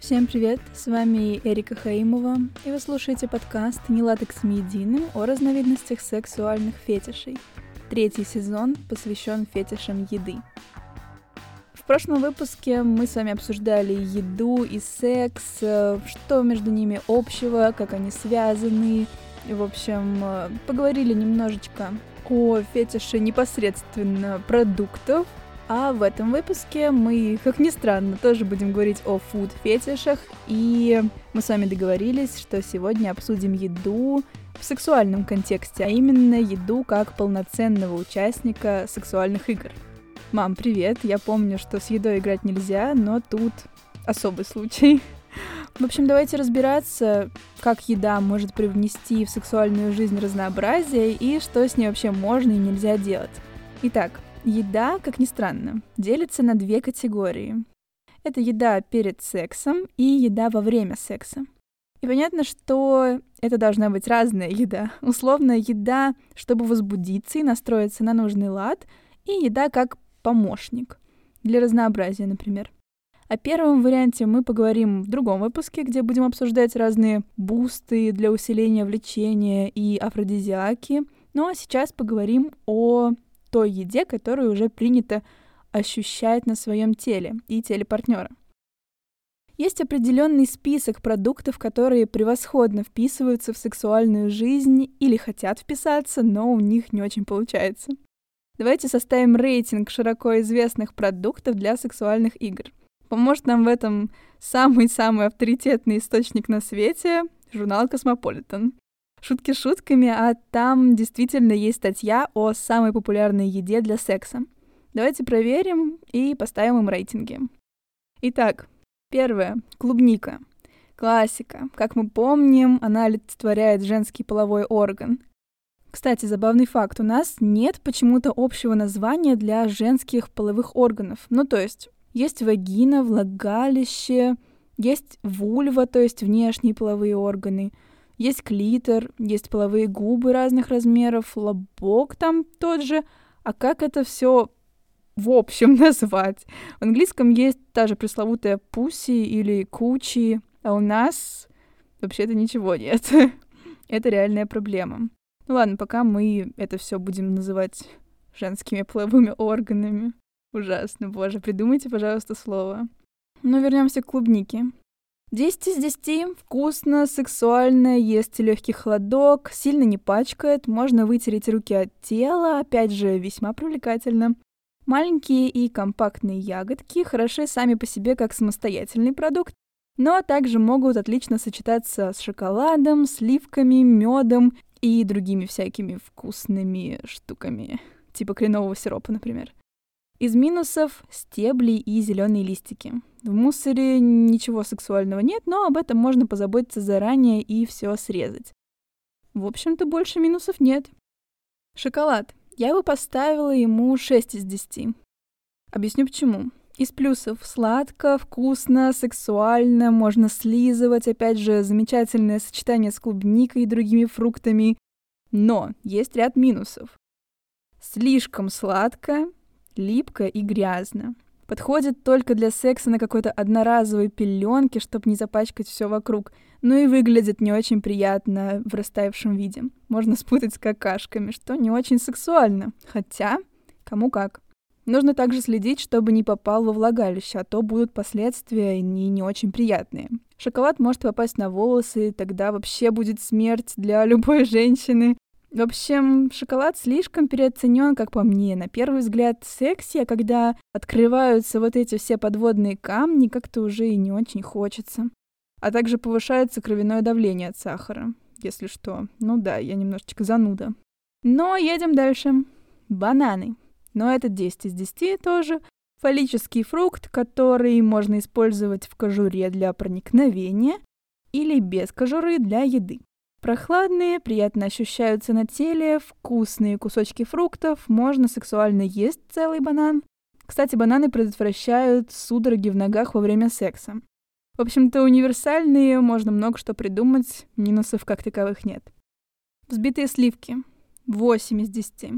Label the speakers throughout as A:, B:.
A: Всем привет, с вами Эрика Хаимова, и вы слушаете подкаст «Не латексом единым» о разновидностях сексуальных фетишей. 3 сезон посвящен фетишам еды. В прошлом выпуске мы с вами обсуждали еду и секс, что между ними общего, как они связаны. И, в общем, поговорили немножечко о фетише непосредственно продуктов. А в этом выпуске мы, как ни странно, тоже будем говорить о фуд-фетишах. И мы с вами договорились, что сегодня обсудим еду в сексуальном контексте, а именно еду как полноценного участника сексуальных игр. Мам, привет! Я помню, что с едой играть нельзя, но тут особый случай. В общем, давайте разбираться, как еда может привнести в сексуальную жизнь разнообразие и что с ней вообще можно и нельзя делать. Итак, еда, как ни странно, делится на 2 категории. Это еда перед сексом и еда во время секса. И понятно, что это должна быть разная еда. Условно, еда, чтобы возбудиться и настроиться на нужный лад, и еда как помощник. Для разнообразия, например. О первом варианте мы поговорим в другом выпуске, где будем обсуждать разные бусты для усиления влечения и афродизиаки. Ну а сейчас поговорим о той еде, которую уже принято ощущать на своем теле и теле партнера. Есть определенный список продуктов, которые превосходно вписываются в сексуальную жизнь или хотят вписаться, но у них не очень получается. Давайте составим рейтинг широко известных продуктов для сексуальных игр. Поможет нам в этом самый-самый авторитетный источник на свете — журнал «Космополитен». Шутки шутками, а там действительно есть статья о самой популярной еде для секса. Давайте проверим и поставим им рейтинги. Итак, первое. Клубника. Классика. Как мы помним, она олицетворяет женский половой орган. Кстати, забавный факт. У нас нет почему-то общего названия для женских половых органов. Ну, то есть вагина, влагалище, есть вульва, то есть внешние половые органы. Есть клитор, есть половые губы разных размеров, лобок там тот же. А как это все в общем назвать? В английском есть та же пресловутая pussy или coochie, а у нас вообще-то ничего нет. Это реальная проблема. Ну ладно, пока мы это все будем называть женскими половыми органами. Ужасно, боже, придумайте, пожалуйста, слово. Но вернемся к клубнике. 10 из 10. Вкусно, сексуально, есть легкий холодок, сильно не пачкает, можно вытереть руки от тела, опять же, весьма привлекательно. Маленькие и компактные ягодки хороши сами по себе как самостоятельный продукт, но также могут отлично сочетаться с шоколадом, сливками, медом и другими всякими вкусными штуками, типа кленового сиропа, например. Из минусов — стебли и зеленые листики. В мусоре ничего сексуального нет, но об этом можно позаботиться заранее и все срезать. В общем-то, больше минусов нет. Шоколад. Я бы поставила ему 6 из 10. Объясню почему. Из плюсов: сладко, вкусно, сексуально, можно слизывать, опять же, замечательное сочетание с клубникой и другими фруктами. Но есть ряд минусов. Слишком сладко, липко и грязно. Подходит только для секса на какой-то одноразовой пеленке, чтобы не запачкать все вокруг. Ну и выглядит не очень приятно в растаявшем виде. Можно спутать с какашками, что не очень сексуально. Хотя, кому как. Нужно также следить, чтобы не попал во влагалище, а то будут последствия и не очень приятные. Шоколад может попасть на волосы, и тогда вообще будет смерть для любой женщины. В общем, шоколад слишком переоценен, как по мне. На первый взгляд секси, а когда открываются вот эти все подводные камни, как-то уже и не очень хочется. А также повышается кровяное давление от сахара, если что. Ну да, я немножечко зануда. Но едем дальше. Бананы. Но это 10 из 10 тоже. Фаллический фрукт, который можно использовать в кожуре для проникновения или без кожуры для еды. Прохладные, приятно ощущаются на теле, вкусные кусочки фруктов, можно сексуально есть целый банан. Кстати, бананы предотвращают судороги в ногах во время секса. В общем-то, универсальные, можно много что придумать, минусов как таковых нет. Взбитые сливки. 8 из 10.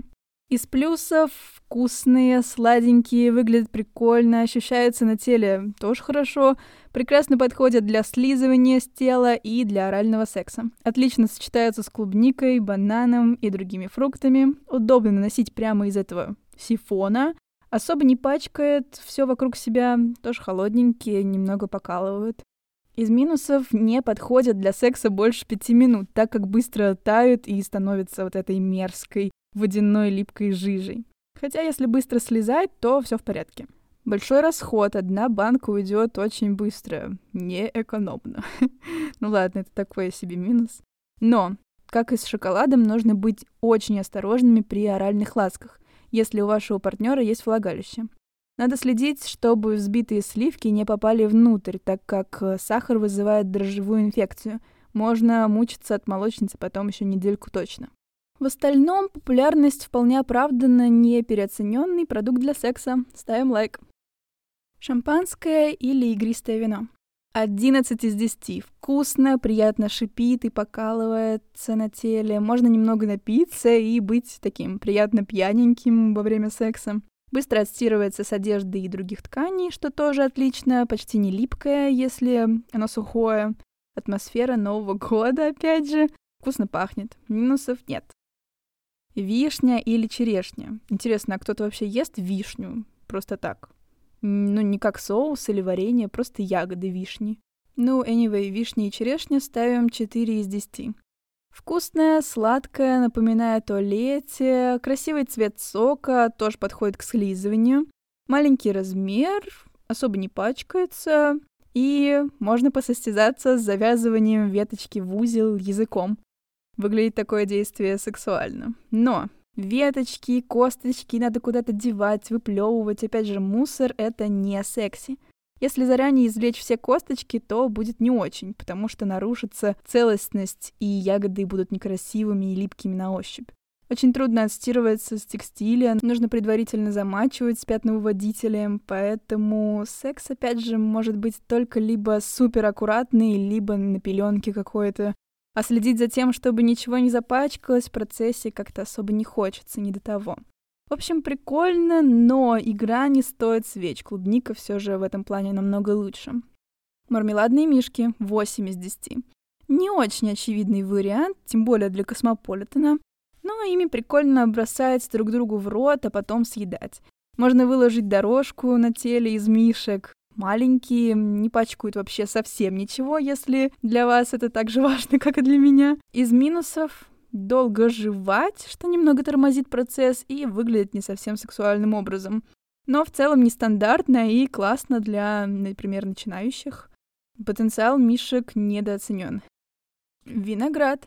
A: Из плюсов вкусные, сладенькие, выглядят прикольно, ощущаются на теле тоже хорошо, прекрасно подходят для слизывания с тела и для орального секса. Отлично сочетаются с клубникой, бананом и другими фруктами. Удобно наносить прямо из этого сифона. Особо не пачкает, все вокруг себя тоже холодненькие, немного покалывают. Из минусов не подходят для секса больше 5 минут, так как быстро тают и становятся вот этой мерзкой водяной липкой жижей. Хотя если быстро слезать, то все в порядке. Большой расход, 1 банка уйдет очень быстро, не экономно. Ну ладно, это такой себе минус. Но, как и с шоколадом, нужно быть очень осторожными при оральных ласках, если у вашего партнера есть влагалище. Надо следить, чтобы взбитые сливки не попали внутрь, так как сахар вызывает дрожжевую инфекцию. Можно мучиться от молочницы потом еще недельку точно. В остальном популярность вполне оправдана, не переоцененный продукт для секса. Ставим лайк. Шампанское или игристое вино. 11 из 10. Вкусно, приятно шипит и покалывается на теле. Можно немного напиться и быть таким приятно пьяненьким во время секса. Быстро отстирывается с одежды и других тканей, что тоже отлично. Почти не липкое, если оно сухое. Атмосфера Нового года, опять же. Вкусно пахнет. Минусов нет. Вишня или черешня. Интересно, а кто-то вообще ест вишню? Просто так. Ну, не как соус или варенье, просто ягоды вишни. Ну, anyway, вишня и черешня ставим 4 из 10. Вкусная, сладкая, напоминает о лете. Красивый цвет сока, тоже подходит к слизыванию. Маленький размер, особо не пачкается. И можно посостязаться с завязыванием веточки в узел языком. Выглядит такое действие сексуально. Но веточки, косточки надо куда-то девать, выплевывать. Опять же, мусор — это не секси. Если заранее извлечь все косточки, то будет не очень, потому что нарушится целостность, и ягоды будут некрасивыми и липкими на ощупь. Очень трудно отстирываться с текстиля, нужно предварительно замачивать с пятновыводителем, поэтому секс, опять же, может быть только либо супер аккуратный, либо на пеленке какой-то. А следить за тем, чтобы ничего не запачкалось в процессе, как-то особо не хочется, не до того. В общем, прикольно, но игра не стоит свеч. Клубника все же в этом плане намного лучше. Мармеладные мишки 8 из 10. Не очень очевидный вариант, тем более для космополитена, но ими прикольно бросать друг другу в рот, а потом съедать. Можно выложить дорожку на теле из мишек. Маленькие, не пачкают вообще совсем ничего, если для вас это так же важно, как и для меня. Из минусов — долго жевать, что немного тормозит процесс и выглядит не совсем сексуальным образом. Но в целом нестандартно и классно для, например, начинающих. Потенциал мишек недооценен. Виноград.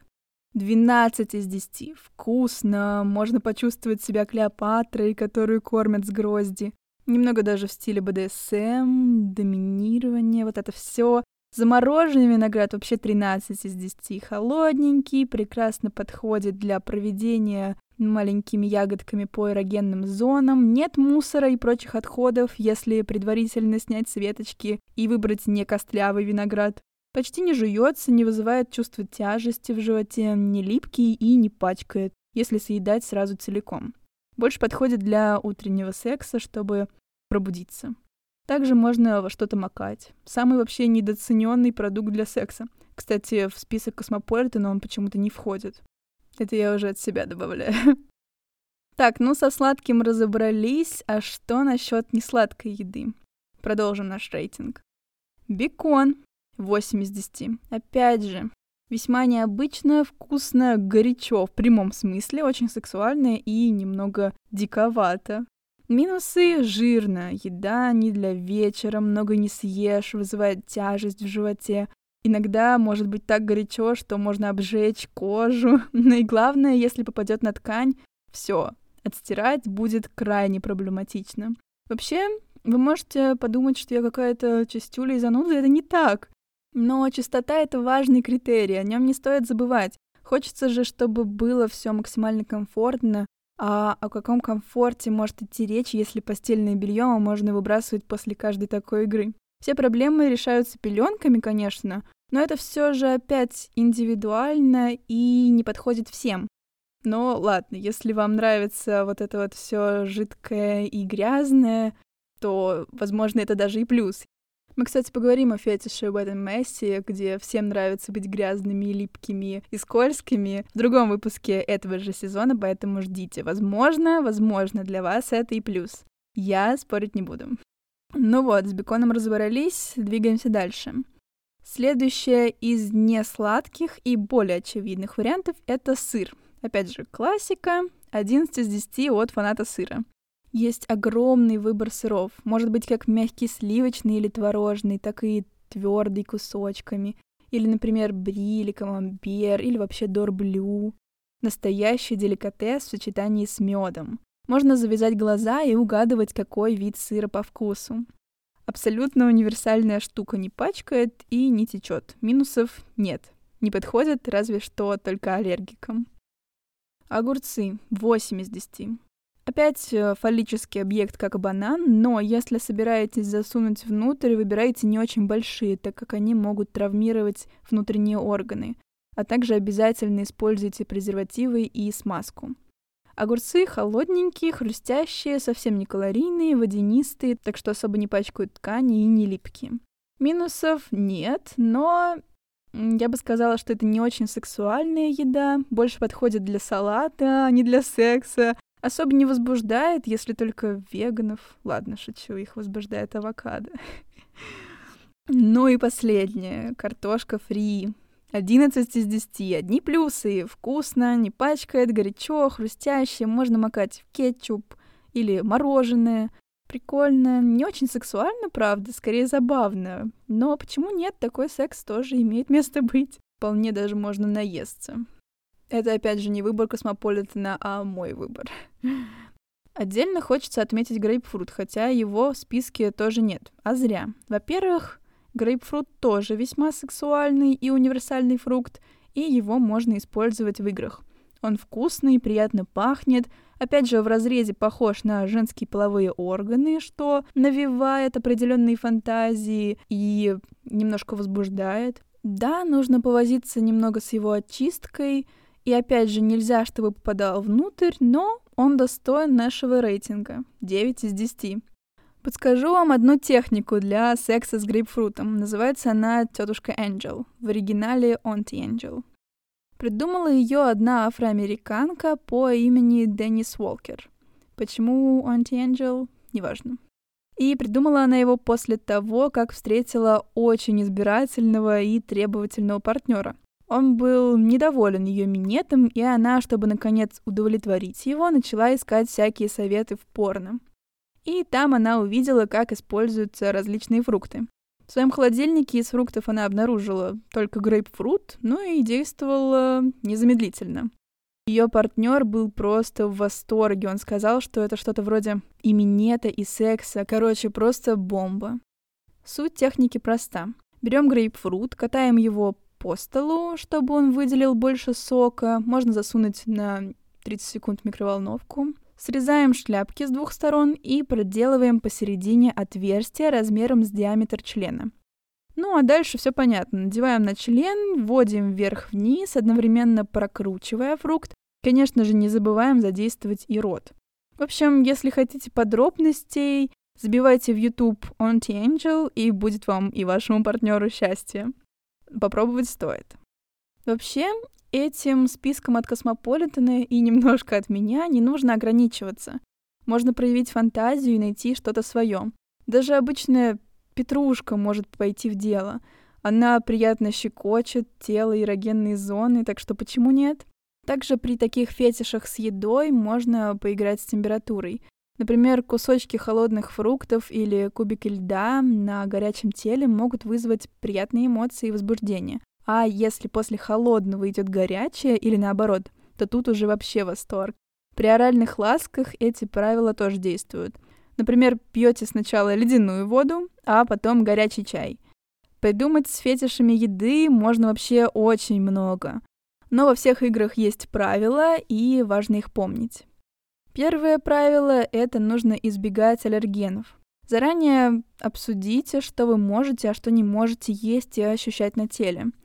A: 12 из 10. Вкусно, можно почувствовать себя Клеопатрой, которую кормят с грозди. Немного даже в стиле БДСМ, доминирование, вот это все. Замороженный виноград вообще 13 из 10. Холодненький, прекрасно подходит для проведения маленькими ягодками по эрогенным зонам. Нет мусора и прочих отходов, если предварительно снять с веточки и выбрать не костлявый виноград. Почти не жуется, не вызывает чувство тяжести в животе, не липкий и не пачкает, если съедать сразу целиком. Больше подходит для утреннего секса, чтобы пробудиться. Также можно во что-то макать. Самый вообще недооцененный продукт для секса. Кстати, в список Космополитена он почему-то не входит. Это я уже от себя добавляю. Так, ну со сладким разобрались, а что насчет несладкой еды? Продолжим наш рейтинг. Бекон 8 из 10. Опять же, весьма необычно, вкусно, горячо, в прямом смысле, очень сексуально и немного диковато. Минусы: жирно, еда не для вечера, много не съешь, вызывает тяжесть в животе. Иногда может быть так горячо, что можно обжечь кожу. Но и главное, если попадет на ткань, все, отстирать будет крайне проблематично. Вообще, вы можете подумать, что я какая-то чистюля и зануда, это не так. Но чистота — это важный критерий, о нем не стоит забывать. Хочется же, чтобы было все максимально комфортно. А о каком комфорте может идти речь, если постельное белье можно выбрасывать после каждой такой игры? Все проблемы решаются пеленками, конечно, но это все же опять индивидуально и не подходит всем. Но ладно, если вам нравится вот это вот все жидкое и грязное, то, возможно, это даже и плюс. Мы, кстати, поговорим о фетише в этом месте, где всем нравится быть грязными, липкими и скользкими в другом выпуске этого же сезона, поэтому ждите. Возможно, для вас это и плюс. Я спорить не буду. Ну вот, с беконом разобрались, двигаемся дальше. Следующее из несладких и более очевидных вариантов — это сыр. Опять же, классика, 11 из 10 от фаната сыра. Есть огромный выбор сыров. Может быть, как мягкий сливочный или творожный, так и твердый кусочками. Или, например, бри, или камамбер, или вообще дор-блю. Настоящий деликатес в сочетании с медом. Можно завязать глаза и угадывать, какой вид сыра по вкусу. Абсолютно универсальная штука, не пачкает и не течет. Минусов нет. Не подходит разве что только аллергикам. Огурцы 8 из 10. Опять фаллический объект, как и банан, но если собираетесь засунуть внутрь, выбирайте не очень большие, так как они могут травмировать внутренние органы, а также обязательно используйте презервативы и смазку. Огурцы холодненькие, хрустящие, совсем не калорийные, водянистые, так что особо не пачкают ткани и не липкие. Минусов нет, но я бы сказала, что это не очень сексуальная еда, больше подходит для салата, а не для секса. Особо не возбуждает, если только веганов. Ладно, шучу, их возбуждает авокадо. Ну и последнее. Картошка фри. 11 из 10. Одни плюсы. Вкусно, не пачкает, горячо, хрустящее. Можно макать в кетчуп или мороженое. Прикольно. Не очень сексуально, правда, скорее забавно. Но почему нет? Такой секс тоже имеет место быть. Вполне даже можно наесться. Это, опять же, не выбор Космополитена, а мой выбор. Отдельно хочется отметить грейпфрут, хотя его в списке тоже нет. А зря. Во-первых, грейпфрут тоже весьма сексуальный и универсальный фрукт, и его можно использовать в играх. Он вкусный, приятно пахнет, опять же, в разрезе похож на женские половые органы, что навевает определенные фантазии и немножко возбуждает. Да, нужно повозиться немного с его очисткой, и опять же, нельзя, чтобы попадал внутрь, но он достоин нашего рейтинга. 9 из 10. Подскажу вам одну технику для секса с грейпфрутом. Называется она «Тетушка Энджел», в оригинале «Auntie Angel». Придумала ее одна афроамериканка по имени Деннис Уолкер. Почему «Auntie Angel» — неважно. И придумала она его после того, как встретила очень избирательного и требовательного партнера. Он был недоволен ее минетом, и она, чтобы наконец удовлетворить его, начала искать всякие советы в порно. И там она увидела, как используются различные фрукты. В своем холодильнике из фруктов она обнаружила только грейпфрут, ну и действовала незамедлительно. Ее партнер был просто в восторге. Он сказал, что это что-то вроде и минета, и секса. Короче, просто бомба. Суть техники проста. Берем грейпфрут, катаем его по столу, чтобы он выделил больше сока. Можно засунуть на 30 секунд в микроволновку. Срезаем шляпки с двух сторон и проделываем посередине отверстие размером с диаметр члена. Ну а дальше все понятно. Надеваем на член, вводим вверх-вниз, одновременно прокручивая фрукт. Конечно же, не забываем задействовать и рот. В общем, если хотите подробностей, забивайте в YouTube Auntie Angel, и будет вам и вашему партнеру счастье. Попробовать стоит. Вообще, этим списком от Космополитена и немножко от меня не нужно ограничиваться. Можно проявить фантазию и найти что-то свое. Даже обычная петрушка может пойти в дело. Она приятно щекочет тело и эрогенные зоны, так что почему нет? Также при таких фетишах с едой можно поиграть с температурой. Например, кусочки холодных фруктов или кубики льда на горячем теле могут вызвать приятные эмоции и возбуждение. А если после холодного идет горячее или наоборот, то тут уже вообще восторг. При оральных ласках эти правила тоже действуют. Например, пьете сначала ледяную воду, а потом горячий чай. Придумать с фетишами еды можно вообще очень много. Но во всех играх есть правила, и важно их помнить. Первое правило — это нужно избегать аллергенов. Заранее обсудите, что вы можете, а что не можете есть и ощущать на теле.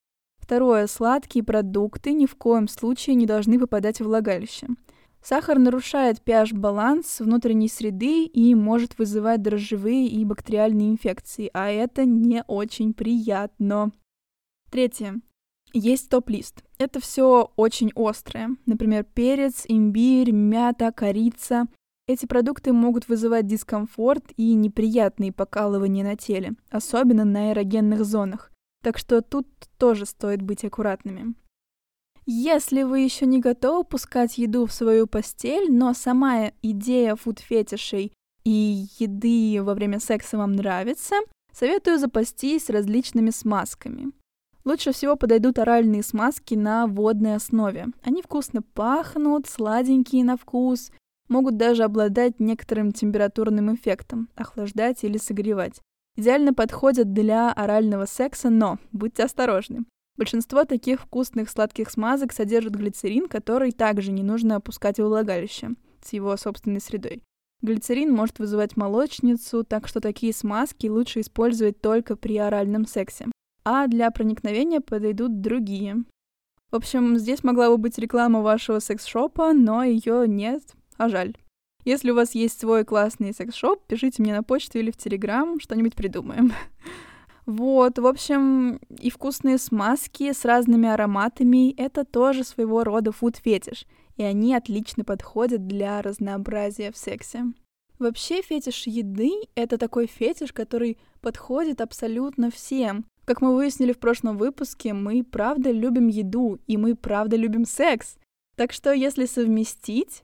A: Второе. Сладкие продукты ни в коем случае не должны попадать в влагалище. Сахар нарушает pH-баланс внутренней среды и может вызывать дрожжевые и бактериальные инфекции, а это не очень приятно. Третье. Есть топ-лист. Это все очень острое. Например, перец, имбирь, мята, корица. Эти продукты могут вызывать дискомфорт и неприятные покалывания на теле, особенно на эрогенных зонах. Так что тут тоже стоит быть аккуратными. Если вы еще не готовы пускать еду в свою постель, но сама идея фуд-фетишей и еды во время секса вам нравится, советую запастись различными смазками. Лучше всего подойдут оральные смазки на водной основе. Они вкусно пахнут, сладенькие на вкус, могут даже обладать некоторым температурным эффектом, охлаждать или согревать. Идеально подходят для орального секса, но будьте осторожны. Большинство таких вкусных сладких смазок содержит глицерин, который также не нужно опускать во влагалище с его собственной средой. Глицерин может вызывать молочницу, так что такие смазки лучше использовать только при оральном сексе. А для проникновения подойдут другие. В общем, здесь могла бы быть реклама вашего секс-шопа, но ее нет, а жаль. Если у вас есть свой классный секс-шоп, пишите мне на почту или в Телеграм, что-нибудь придумаем. Вот, в общем, и вкусные смазки с разными ароматами — это тоже своего рода фуд-фетиш, и они отлично подходят для разнообразия в сексе. Вообще, фетиш еды — это такой фетиш, который подходит абсолютно всем. Как мы выяснили в прошлом выпуске, мы правда любим еду, и мы правда любим секс. Так что если совместить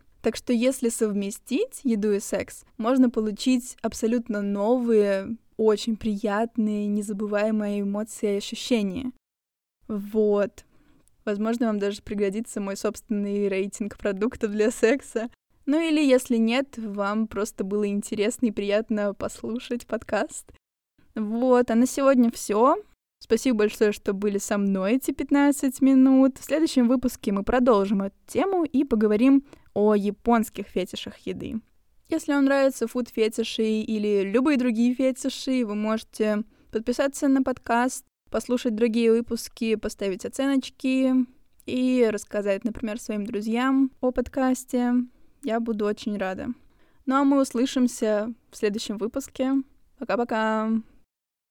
A: еду и секс, можно получить абсолютно новые, очень приятные, незабываемые эмоции и ощущения. Вот. Возможно, вам даже пригодится мой собственный рейтинг продуктов для секса. Ну или, если нет, вам просто было интересно и приятно послушать подкаст. Вот, а на сегодня все. Спасибо большое, что были со мной эти 15 минут. В следующем выпуске мы продолжим эту тему и поговорим о японских фетишах еды. Если вам нравятся фуд-фетиши или любые другие фетиши, вы можете подписаться на подкаст, послушать другие выпуски, поставить оценочки и рассказать, например, своим друзьям о подкасте. Я буду очень рада. Ну а мы услышимся в следующем выпуске. Пока-пока!